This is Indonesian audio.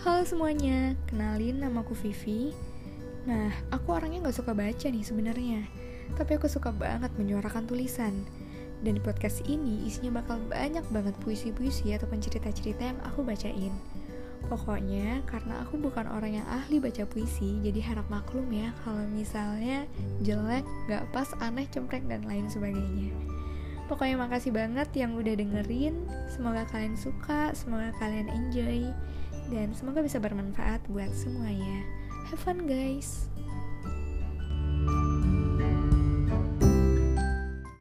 Halo semuanya, kenalin namaku Vivi. Nah, aku orangnya gak suka baca nih sebenarnya, tapi aku suka banget menyuarakan tulisan. Dan di podcast ini isinya bakal banyak banget puisi-puisi ataupun cerita-cerita yang aku bacain. Pokoknya karena aku bukan orang yang ahli baca puisi, jadi harap maklum ya kalau misalnya jelek, gak pas, aneh, cempreng, dan lain sebagainya. Pokoknya makasih banget yang udah dengerin. Semoga kalian suka, semoga kalian enjoy, dan semoga bisa bermanfaat buat semuanya. Have fun guys.